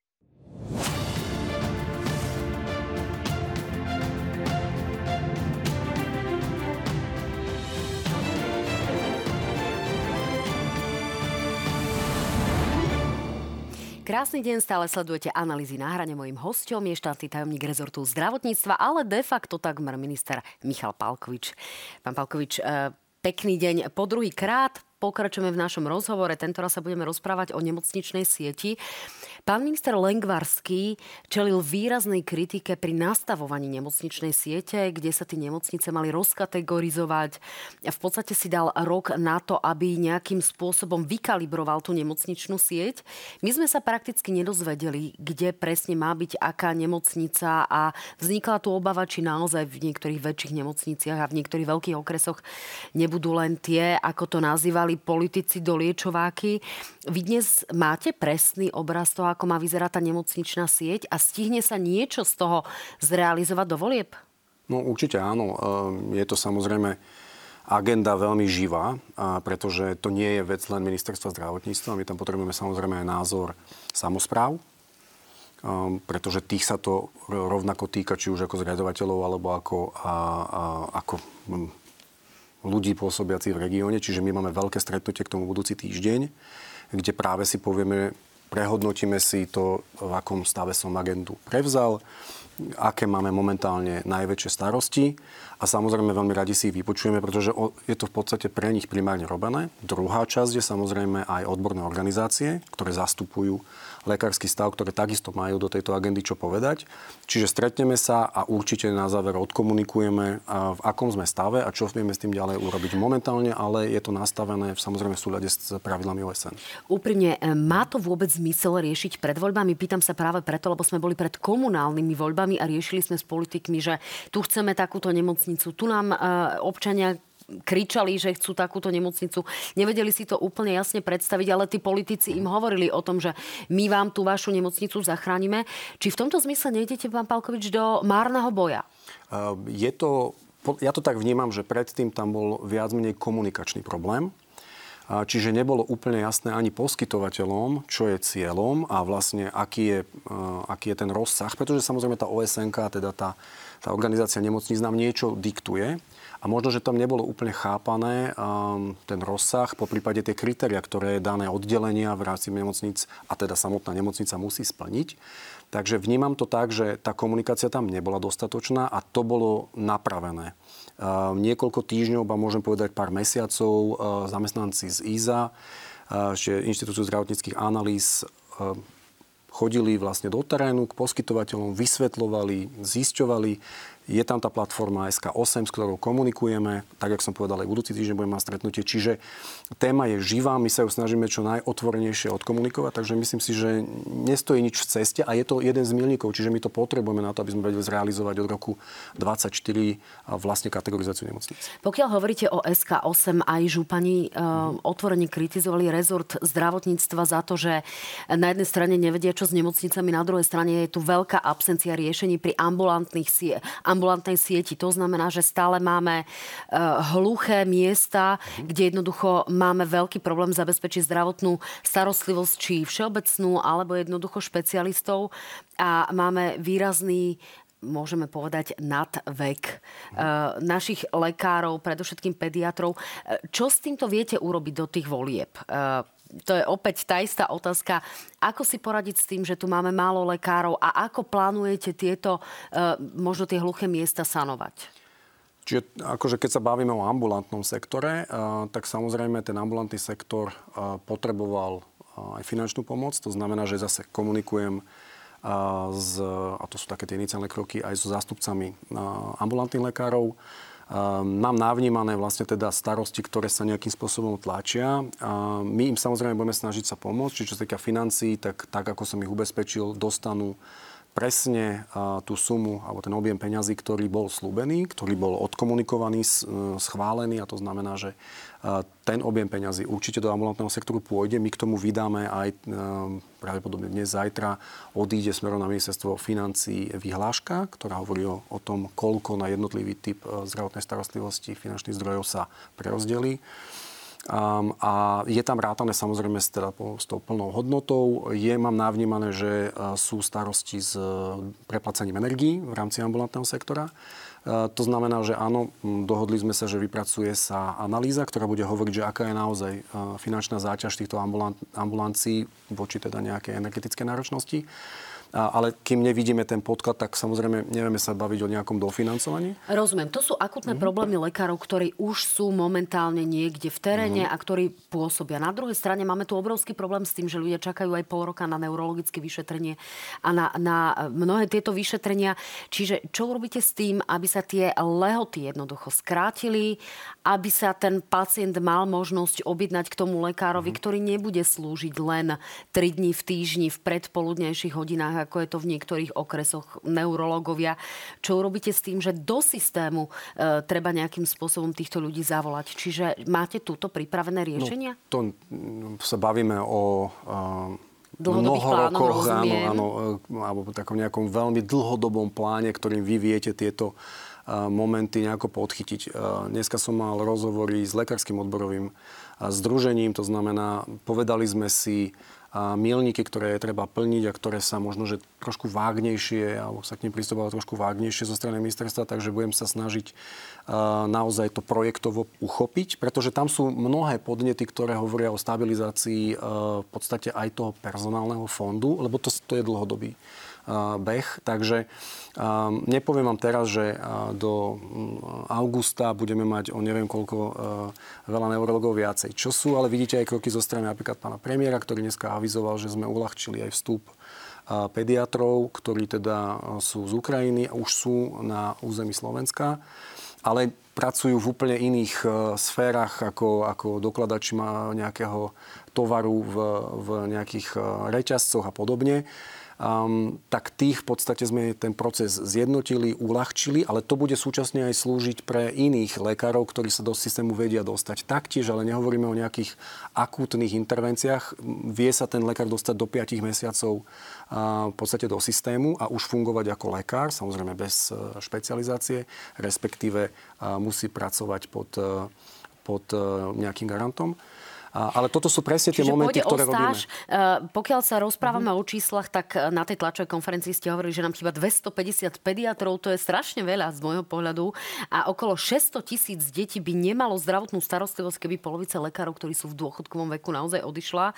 Krásny deň, stále sledujete analýzy na hrane. Mojím hosťom je štátny tajomník rezortu zdravotníctva, ale de facto takmer minister Michal Palkovič. Pán Palkovič, pekný deň po druhý krát. pokračujeme v našom rozhovore. Tentoraz sa budeme rozprávať o nemocničnej sieti. Pán minister Lengvarský čelil výraznej kritike pri nastavovaní nemocničnej siete, kde sa tie nemocnice mali rozkategorizovať. V podstate si dal rok na to, aby nejakým spôsobom vykalibroval tú nemocničnú sieť. My sme sa prakticky nedozvedeli, kde presne má byť aká nemocnica a vznikla tu obava, či naozaj v niektorých väčších nemocniciach a v niektorých veľkých okresoch nebudú len tie, ako to nazývali politici, doliečováky. Vy dnes máte presný obraz toho, ako má vyzerať tá nemocničná sieť a stihne sa niečo z toho zrealizovať do volieb? No určite áno. Je to samozrejme agenda veľmi živá, pretože to nie je vec len ministerstva zdravotníctva. My tam potrebujeme samozrejme aj názor samospráv, pretože tých sa to rovnako týka, či už ako zriadovateľov, alebo ako, a, a, ako ľudí pôsobiacich v regióne. Čiže my máme veľké stretnutie k tomu budúci týždeň, kde práve si povieme, prehodnotíme si to, v akom stave som agendu prevzal, aké máme momentálne najväčšie starosti a samozrejme veľmi radi si ich vypočujeme, pretože je to v podstate pre nich primárne robené. Druhá časť je samozrejme aj odborné organizácie, ktoré zastupujú lekársky stav, ktoré takisto majú do tejto agendy čo povedať. Čiže stretneme sa a určite na záver odkomunikujeme, v akom sme stave a čo vieme s tým ďalej urobiť momentálne, ale je to nastavené samozrejme v súlade s pravidlami O S N. Úprimne, má to vôbec zmysel riešiť pred voľbami? Pýtam sa práve preto, lebo sme boli pred komunálnymi voľbami a riešili sme s politikmi, že tu chceme takúto nemocnicu, tu nám občania kričali, že chcú takúto nemocnicu. Nevedeli si to úplne jasne predstaviť, ale tí politici im hovorili o tom, že my vám tú vašu nemocnicu zachránime. Či v tomto zmysle nejdete, pán Palkovič, do márneho boja? Je to, ja to tak vnímam, že predtým tam bol viac menej komunikačný problém. Čiže nebolo úplne jasné ani poskytovateľom, čo je cieľom a vlastne aký je, aký je ten rozsah. Pretože samozrejme tá O S N ká, teda tá, tá organizácia nemocníc nám niečo diktuje. A možno, že tam nebolo úplne chápané um, ten rozsah, po prípade tie kritériá, ktoré dané oddelenia v rámci nemocníc a teda samotná nemocnica musí splniť. Takže vnímam to tak, že tá komunikácia tam nebola dostatočná a to bolo napravené. Uh, niekoľko týždňov, ba môžem povedať pár mesiacov, uh, zamestnanci z í es á, uh, Inštitúciu zdravotníckych analýz, uh, chodili vlastne do terénu k poskytovateľom, vysvetľovali, zisťovali. Je tam tá platforma es ká osem, s ktorou komunikujeme. Tak, jak som povedal, aj budúci týždeň budeme mať stretnutie. Čiže téma je živá, my sa ju snažíme čo najotvorenejšie odkomunikovať, takže myslím si, že nestojí nič v ceste a je to jeden z milníkov, čiže my to potrebujeme na to, aby sme vedeli zrealizovať od roku dvadsaťštyri vlastne kategorizáciu nemocníc. Pokiaľ hovoríte o es ká osem, aj župani mm-hmm. otvorene kritizovali rezort zdravotníctva za to, že na jednej strane nevedia, čo s nemocnicami, na druhej strane je tu veľká absencia riešení pri ambulantných sie- ambulantnej sieti. To znamená, že stále máme uh, hluché miesta, kde jednoducho máme veľký problém zabezpečiť zdravotnú starostlivosť, či všeobecnú, alebo jednoducho špecialistov. A máme výrazný, môžeme povedať, nadvek uh, našich lekárov, predovšetkým pediatrov. Čo s týmto viete urobiť do tých volieb? Uh, To je opäť tá istá otázka. Ako si poradiť s tým, že tu máme málo lekárov a ako plánujete tieto, možno tie hluché miesta sanovať? Čiže akože keď sa bavíme o ambulantnom sektore, tak samozrejme ten ambulantný sektor potreboval aj finančnú pomoc. To znamená, že zase komunikujem s, a to sú také tie iniciálne kroky, aj so zástupcami ambulantných lekárov. Mám navnímané vlastne teda starosti, ktoré sa nejakým spôsobom tlačia. My im samozrejme budeme snažiť sa pomôcť. Čiže čo sa týka financií, tak, tak ako som ich ubezpečil, dostanú presne tú sumu alebo ten objem peňazí, ktorý bol slúbený, ktorý bol odkomunikovaný, schválený a to znamená, že ten objem peňazí určite do ambulantného sektoru pôjde. My k tomu vydáme aj pravdepodobne dnes, zajtra odíde smerom na ministerstvo financií vyhláška, ktorá hovorí o, o tom, koľko na jednotlivý typ zdravotnej starostlivosti finančných zdrojov sa prerozdelí. Um, a je tam rátané samozrejme s, teda, s tou plnou hodnotou. Je, mám navnímané, že uh, sú starosti s uh, preplacaním energií v rámci ambulantného sektora. Uh, to znamená, že áno, dohodli sme sa, že vypracuje sa analýza, ktorá bude hovoriť, že aká je naozaj uh, finančná záťaž týchto ambulant, ambulancií voči teda nejakej energetickej náročnosti. ale kým nevidíme ten podklad, tak samozrejme nevieme sa baviť o nejakom dofinancovaní. Rozumiem. To sú akutné mm. problémy lekárov, ktorí už sú momentálne niekde v teréne mm. a ktorí pôsobia. Na druhej strane máme tu obrovský problém s tým, že ľudia čakajú aj pol roka na neurologické vyšetrenie a na, na mnohé tieto vyšetrenia. Čiže čo urobíte s tým, aby sa tie lehoty jednoducho skrátili, aby sa ten pacient mal možnosť objednať k tomu lekárovi, mm. ktorý nebude slúžiť len tri dni v týždni v predpoludnejších hodinách, ako je to v niektorých okresoch neurológovia. Čo urobíte s tým, že do systému e, treba nejakým spôsobom týchto ľudí zavolať? Čiže máte túto pripravené riešenia? No, to sa bavíme o e, dlhodobých plánoch, rozumiem. Áno, áno, alebo takom nejakom veľmi dlhodobom pláne, ktorým vy viete tieto momenty nejako podchytiť. Dneska som mal rozhovory s lekárskym odborovým združením, to znamená, povedali sme si milníky, ktoré je treba plniť a ktoré sa možno, že trošku vágnejšie, alebo sa k nim pristupovalo trošku vágnejšie zo strany ministerstva, takže budem sa snažiť naozaj to projektovo uchopiť, pretože tam sú mnohé podnety, ktoré hovoria o stabilizácii v podstate aj toho personálneho fondu, lebo to, to je dlhodobý beh. Takže nepoviem vám teraz, že do augusta budeme mať o neviem koľko veľa neurologov viacej. Čo sú, ale vidíte aj kroky zo strany napríklad pána premiéra, ktorý dneska avizoval, že sme uľahčili aj vstup pediatrov, ktorí teda sú z Ukrajiny a už sú na území Slovenska, ale pracujú v úplne iných sférach ako, ako dokladači nejakého tovaru v, v nejakých reťazcoch a podobne. Um, tak tých v podstate sme ten proces zjednotili, uľahčili, ale to bude súčasne aj slúžiť pre iných lekárov, ktorí sa do systému vedia dostať taktiež, ale nehovoríme o nejakých akútnych intervenciách. Vie sa ten lekár dostať do päť mesiacov uh, v podstate do systému a už fungovať ako lekár, samozrejme bez uh, špecializácie, respektíve uh, musí pracovať pod, uh, pod uh, nejakým garantom. Ale toto sú presne tie momenty, ktoré stáž, robíme. Pokiaľ sa rozprávame uh-huh. o číslach, tak na tej tlačovej konferencii ste hovorili, že nám chýba dvestopäťdesiat pediatrov. To je strašne veľa z môjho pohľadu. A okolo šesťsto tisíc detí by nemalo zdravotnú starostlivosť, keby polovica lekárov, ktorí sú v dôchodkovom veku, naozaj odišla.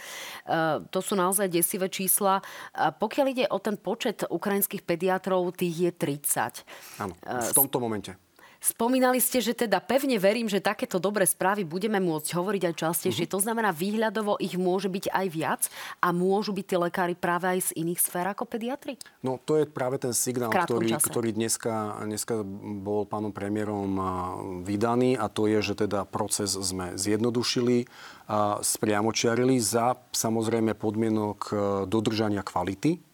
To sú naozaj desivé čísla. Pokiaľ ide o ten počet ukrajinských pediatrov, tých je tridsať. Áno, v tomto momente. Spomínali ste, že teda pevne verím, že takéto dobré správy budeme môcť hovoriť aj častejšie. Uh-huh. To znamená, výhľadovo ich môže byť aj viac a môžu byť tí lekári práve aj z iných sfér ako pediatri? No to je práve ten signál, ktorý, ktorý dneska, dneska bol pánom premiérom vydaný a to je, že teda proces sme zjednodušili a spriamočiarili za samozrejme podmienok dodržania kvality.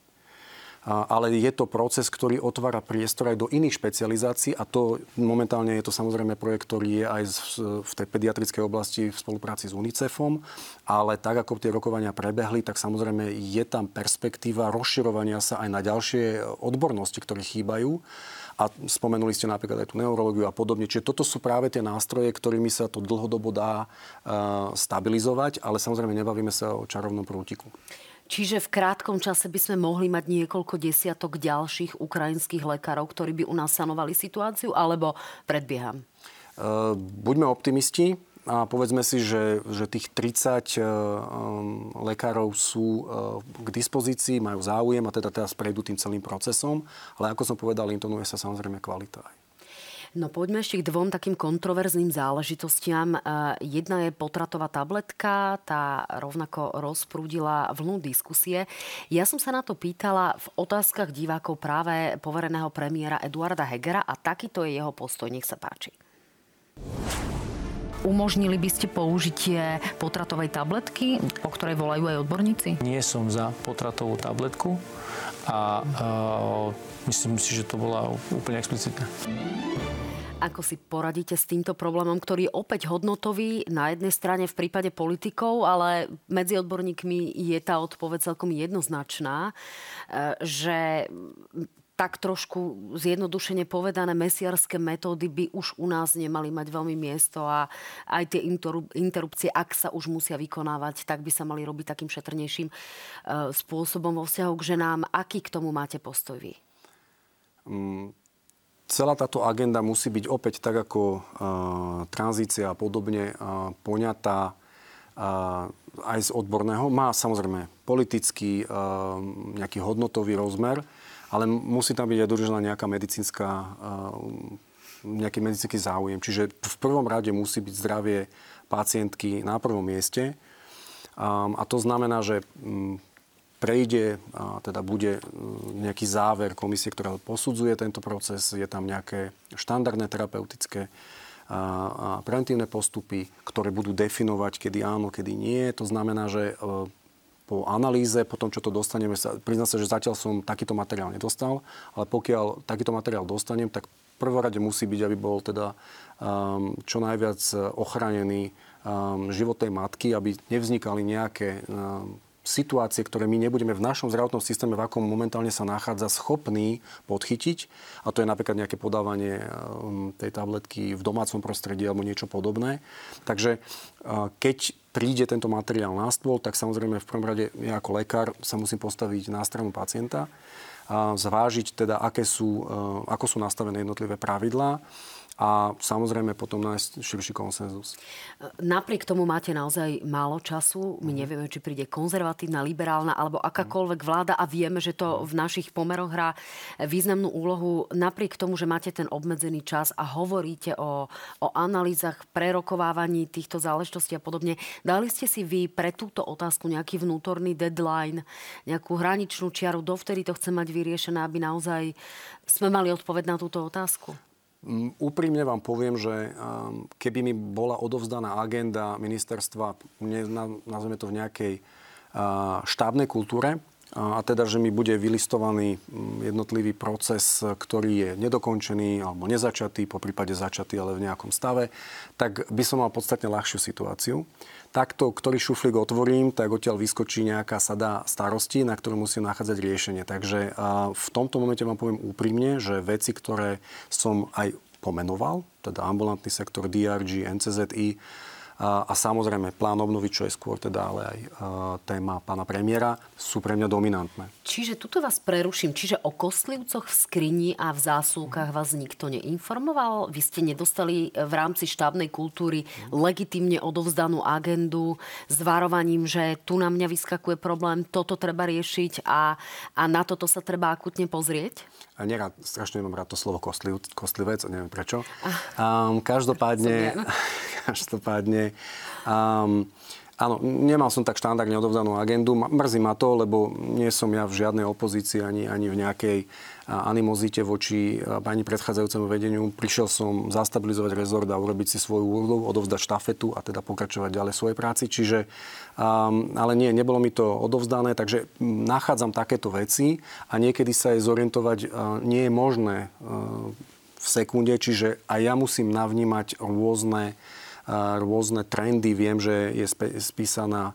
Ale je to proces, ktorý otvára priestor aj do iných špecializácií a to momentálne je to samozrejme projekt, ktorý je aj v tej pediatrickej oblasti v spolupráci s UNICEFom, ale tak, ako tie rokovania prebehli, tak samozrejme je tam perspektíva rozširovania sa aj na ďalšie odbornosti, ktoré chýbajú. A spomenuli ste napríklad aj tú neurológiu a podobne. Čiže toto sú práve tie nástroje, ktorými sa to dlhodobo dá uh, stabilizovať, ale samozrejme nebavíme sa o čarovnom prútiku. Čiže v krátkom čase by sme mohli mať niekoľko desiatok ďalších ukrajinských lekárov, ktorí by u nás sanovali situáciu, alebo predbieham? Uh, buďme optimisti a povedzme si, že, že tých tridsať uh, um, lekárov sú uh, k dispozícii, majú záujem a teda teraz prejdú tým celým procesom. Ale ako som povedal, intonuje sa samozrejme kvalita aj. No poďme ešte k dvom takým kontroverzným záležitostiam. Jedna je potratová tabletka, tá rovnako rozprúdila vlnu diskusie. Ja som sa na to pýtala v otázkach divákov práve povereného premiéra Eduarda Hegera a takýto je jeho postoj. Nech sa páči. Umožnili by ste použitie potratovej tabletky, po ktorej volajú aj odborníci? Nie som za potratovú tabletku a uh, myslím si, že to bola úplne explicitná. Ako si poradíte s týmto problémom, ktorý je opäť hodnotový na jednej strane v prípade politikov, ale medzi odborníkmi je tá odpoveď celkom jednoznačná, že tak trošku zjednodušene povedané mesiarské metódy by už u nás nemali mať veľmi miesto a aj tie interrupcie, ak sa už musia vykonávať, tak by sa mali robiť takým šetrnejším spôsobom vo vzťahu k ženám. Aký k tomu máte postoj vy? Mm. Celá táto agenda musí byť opäť tak ako uh, tranzícia a podobne uh, poňatá aj z odborného. Má samozrejme politický nejaký hodnotový rozmer, ale musí tam byť aj dodržaná nejaká medicínska, nejaký medicínsky záujem. Čiže v prvom rade musí byť zdravie pacientky na prvom mieste. A to znamená, že prejde, a teda bude nejaký záver komisie, ktorá posudzuje tento proces. Je tam nejaké štandardné terapeutické a preventívne postupy, ktoré budú definovať, kedy áno, kedy nie. To znamená, že po analýze, po tom, čo to dostaneme, priznám sa, že zatiaľ som takýto materiál nedostal, ale pokiaľ takýto materiál dostanem, tak v prvom rade musí byť, aby bol teda um, čo najviac ochránený um, život tej matky, aby nevznikali nejaké um, situácie, ktoré my nebudeme v našom zdravotnom systéme, v akom momentálne sa nachádza, schopní podchytiť. A to je napríklad nejaké podávanie tej tabletky v domácom prostredí alebo niečo podobné. Takže keď príde tento materiál na stôl, tak samozrejme v prvom rade ja ako lekár sa musím postaviť na stranu pacienta a zvážiť teda, aké sú, ako sú nastavené jednotlivé pravidlá. A samozrejme potom nájsť širší konsenzus. Napriek tomu máte naozaj málo času. My nevieme, či príde konzervatívna, liberálna alebo akákoľvek vláda a vieme, že to v našich pomeroch hrá významnú úlohu. Napriek tomu, že máte ten obmedzený čas a hovoríte o, o analýzach, prerokovávaní týchto záležitostí a podobne, dali ste si vy pre túto otázku nejaký vnútorný deadline, nejakú hraničnú čiaru, dovtedy to chce mať vyriešené, aby naozaj sme mali odpoveď na túto otázku? Úprimne vám poviem, že keby mi bola odovzdaná agenda ministerstva, nazveme to v nejakej štábnej kultúre, a teda, že mi bude vylistovaný jednotlivý proces, ktorý je nedokončený alebo nezačatý, po prípade začatý, ale v nejakom stave, tak by som mal podstatne ľahšiu situáciu. Takto, ktorý šuflík otvorím, tak odtiaľ vyskočí nejaká sada starostí, na ktorú musím nachádzať riešenie. Takže v tomto momente vám poviem úprimne, že veci, ktoré som aj pomenoval, teda ambulantný sektor, dé er gé, en cé zet í, A, a samozrejme plán obnovy, čo je skôr teda ale aj a, téma pána premiéra, sú pre mňa dominantné. Čiže tuto vás preruším. Čiže o kostlivcoch v skrini a v zásuvkách vás nikto neinformoval? Vy ste nedostali v rámci štábnej kultúry legitímne odovzdanú agendu s varovaním, že tu na mňa vyskakuje problém, toto treba riešiť a, a na toto sa treba akutne pozrieť? A nerád, strašne mám rád to slovo kostliv, kostlivec, neviem prečo. Um, každopádne, každopádne um, áno, nemal som tak štandardne odovzdanú agendu. Mrzí ma to, lebo nie som ja v žiadnej opozícii ani, ani v nejakej animozite voči pani predchádzajúcemu vedeniu. Prišiel som zastabilizovať rezort a urobiť si svoju úlohu, odovzdať štafetu a teda pokračovať ďalej svojej práci. Čiže, um, ale nie, nebolo mi to odovzdané, takže nachádzam takéto veci a niekedy sa aj zorientovať uh, nie je možné uh, v sekunde, čiže aj ja musím navnímať rôzne, uh, rôzne trendy. Viem, že je spe- spísaná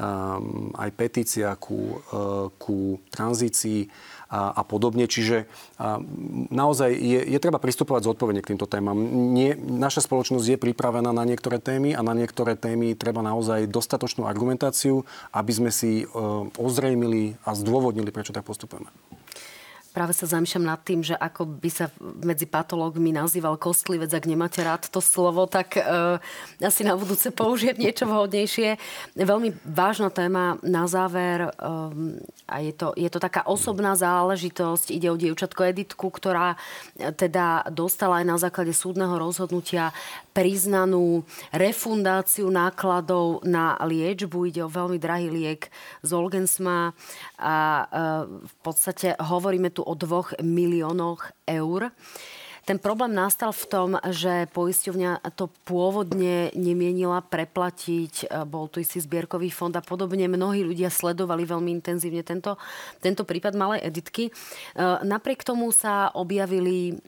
um, aj petícia ku, uh, ku tranzícii a, a podobne. Čiže a, naozaj je, je treba pristupovať zodpovedne k týmto témam. Nie, naša spoločnosť je pripravená na niektoré témy a na niektoré témy treba naozaj dostatočnú argumentáciu, aby sme si e, ozrejmili a zdôvodnili, prečo tak postupujeme. Práve sa zamýšľam nad tým, že ako by sa medzi patológmi nazýval kostlivec, ak nemáte rád to slovo, tak uh, asi na budúce použijem niečo vhodnejšie. Veľmi vážna téma na záver um, a je to, je to taká osobná záležitosť. Ide o dievčatko Editku, ktorá teda dostala aj na základe súdneho rozhodnutia priznanú refundáciu nákladov na liečbu. Ide o veľmi drahý liek Zolgensma a uh, v podstate hovoríme tu o dvoch miliónoch eur. Ten problém nastal v tom, že poisťovňa to pôvodne nemienila preplatiť. Bol tu istý zbierkový fond a podobne. Mnohí ľudia sledovali veľmi intenzívne tento, tento prípad malej Editky. Napriek tomu sa objavili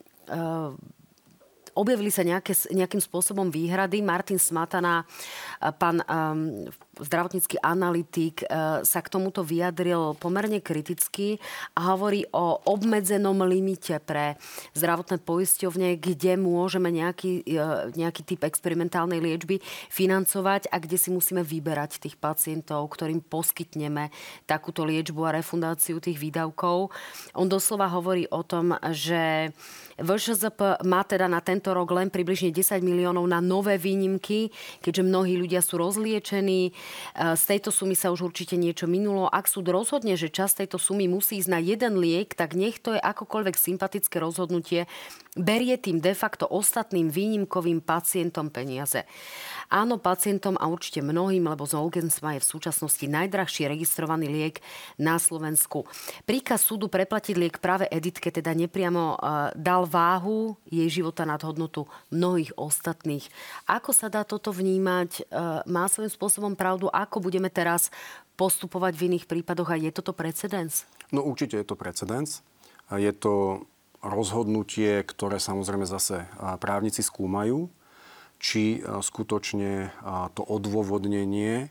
Objavili sa nejaké, nejakým spôsobom výhrady. Martin Smatana, pán um, v zdravotnícky analytik, sa k tomuto vyjadril pomerne kriticky a hovorí o obmedzenom limite pre zdravotné poisťovne, kde môžeme nejaký, nejaký typ experimentálnej liečby financovať a kde si musíme vyberať tých pacientov, ktorým poskytneme takúto liečbu a refundáciu tých výdavkov. On doslova hovorí o tom, že vé š zet pé má teda na tento rok len približne desať miliónov na nové výnimky, keďže mnohí ľudia sú rozliečení. Z tejto sumy sa už určite niečo minulo. Ak súd rozhodne, že časť tejto sumy musí ísť na jeden liek, tak nech to je akokoľvek sympatické rozhodnutie, berie tým de facto ostatným výnimkovým pacientom peniaze. Áno, pacientom a určite mnohým, lebo Zolgensma je v súčasnosti najdrahší registrovaný liek na Slovensku. Príkaz súdu preplatiť liek práve Editke teda nepriamo uh, dal váhu jej života nad hodnotu mnohých ostatných. Ako sa dá toto vnímať? Uh, má svojím spôsobom pravdu? Ako budeme teraz postupovať v iných prípadoch? A je toto precedens? No určite je to precedens. Je to rozhodnutie, ktoré samozrejme zase právnici skúmajú, či skutočne to odôvodnenie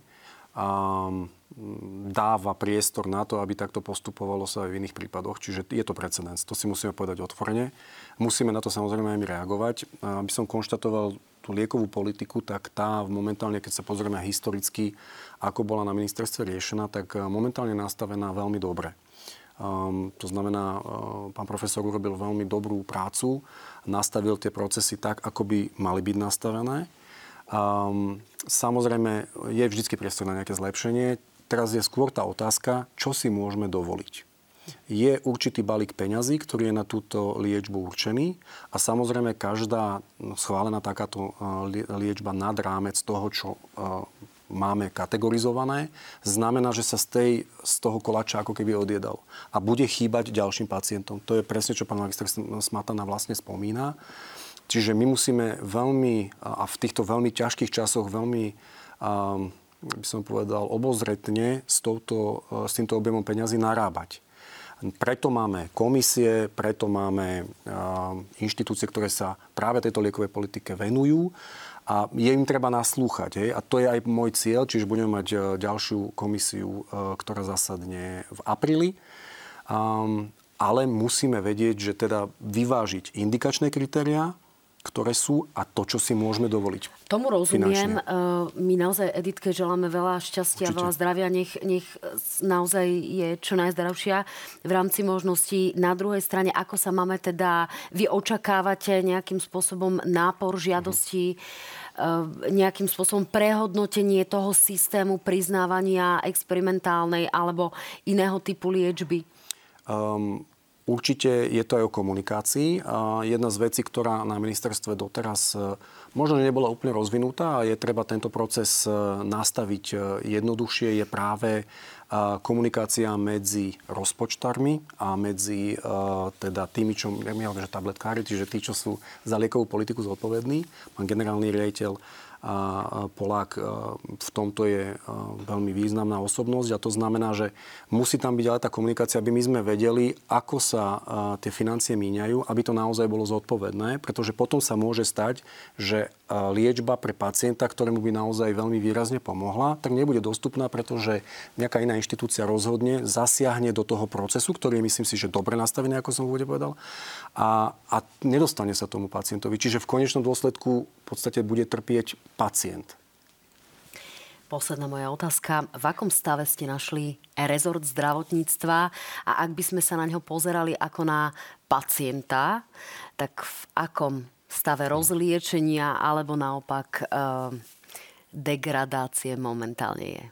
dáva priestor na to, aby takto postupovalo sa aj v iných prípadoch. Čiže je to precedens. To si musíme povedať otvorene. Musíme na to samozrejme aj my reagovať. Aby som konštatoval tú liekovú politiku, tak tá momentálne, keď sa pozrieme historicky, ako bola na ministerstve riešená, tak momentálne nastavená veľmi dobre. Um, to znamená, uh, pán profesor urobil veľmi dobrú prácu, nastavil tie procesy tak, ako by mali byť nastavené. Um, samozrejme, je vždy priestor na nejaké zlepšenie. Teraz je skôr tá otázka, čo si môžeme dovoliť. Je určitý balík peňazí, ktorý je na túto liečbu určený a samozrejme každá schválená takáto uh, liečba nad rámec toho, čo uh, máme kategorizované, znamená, že sa z, tej, z toho koláča ako keby odjedal. A bude chýbať ďalším pacientom. To je presne, čo pán magister Smatana vlastne spomína. Čiže my musíme veľmi, a v týchto veľmi ťažkých časoch veľmi, um, by som povedal, obozretne s, touto, s týmto objemom peňazí narábať. Preto máme komisie, preto máme uh, inštitúcie, ktoré sa práve tejto liekovej politike venujú. A je im treba naslúchať. Hej? A to je aj môj cieľ, čiže budeme mať ďalšiu komisiu, ktorá zasadne v apríli. Um, ale musíme vedieť, že teda vyvážiť indikačné kritériá, ktoré sú a to, čo si môžeme dovoliť. Tomu rozumiem. Finančne. My naozaj Editke želáme veľa šťastia, Určite. Veľa zdravia. Nech, nech naozaj je čo najzdravšia v rámci možností. Na druhej strane, ako sa máme teda... Vy očakávate nejakým spôsobom nápor žiadostí, uh-huh. nejakým spôsobom prehodnotenie toho systému priznávania experimentálnej alebo iného typu liečby? Um, Určite je to aj o komunikácii. Jedna z vecí, ktorá na ministerstve doteraz možno nebola úplne rozvinutá a je treba tento proces nastaviť jednoduchšie, je práve komunikácia medzi rozpočtármi a medzi teda tými, čo nemôžem, že tabletkári, čiže tí, čo sú za liekovú politiku zodpovední. Pán generálny riaditeľ a Polák v tomto je veľmi významná osobnosť a to znamená, že musí tam byť ale tá komunikácia, aby my sme vedeli, ako sa tie financie míňajú, aby to naozaj bolo zodpovedné, pretože potom sa môže stať, že liečba pre pacienta, ktorému by naozaj veľmi výrazne pomohla, tak nebude dostupná, pretože nejaká iná inštitúcia rozhodne, zasiahne do toho procesu, ktorý je, myslím si, že dobre nastavený, ako som v úvode povedal, a, a nedostane sa tomu pacientovi. Čiže v konečnom dôsledku v podstate bude trpieť pacient. Posledná moja otázka. V akom stave ste našli rezort zdravotníctva a ak by sme sa na ňo pozerali ako na pacienta, tak v akom stave rozliečenia alebo naopak e, degradácie momentálne je?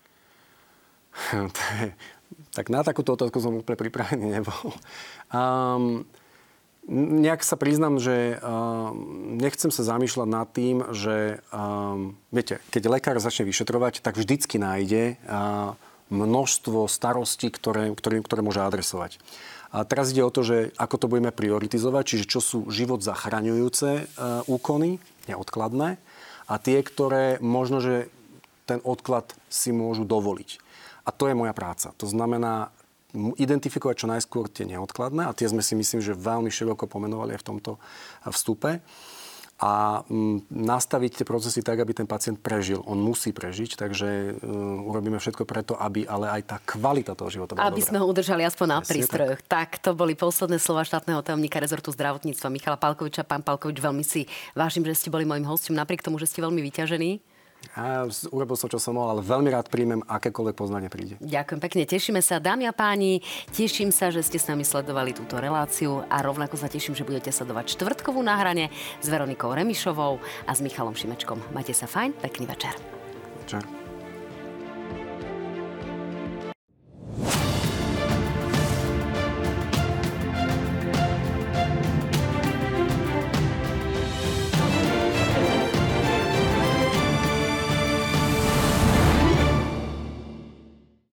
Tak na takúto otázku som úplne pripravený nebol. Um, Nejak sa priznám, že uh, nechcem sa zamýšľať nad tým, že um, viete, keď lekár začne vyšetrovať, tak vždycky nájde uh, množstvo starostí, ktoré, ktoré, ktoré môže adresovať. A teraz ide o to, že ako to budeme prioritizovať, čiže čo sú život zachraňujúce uh, úkony, neodkladné, a tie, ktoré možno, že ten odklad si môžu dovoliť. A to je moja práca. To znamená identifikovať čo najskôr tie neodkladné a tie sme si myslím, že veľmi široko pomenovali aj v tomto vstupe. a mm, nastaviť tie procesy tak, aby ten pacient prežil. On musí prežiť, takže uh, urobíme všetko preto, aby ale aj tá kvalita toho života bola aby dobrá. Sme ho udržali aspoň na Presne prístrojoch. Tak. tak, to boli posledné slova štátneho tajomníka rezortu zdravotníctva Michala Pálkoviča. Pán Pálkovič, veľmi si vážim, že ste boli mojím hosťom, napriek tomu, že ste veľmi vyťažení. Ja urobil som, čo som mohol, ale veľmi rád príjmem akékoľvek poznanie príde. Ďakujem pekne, tešíme sa, dámy a páni. Teším sa, že ste s nami sledovali túto reláciu a rovnako sa teším, že budete sledovať štvrtkovú Na hrane s Veronikou Remišovou a s Michalom Šimečkom. Majte sa fajn, pekný večer. Večer.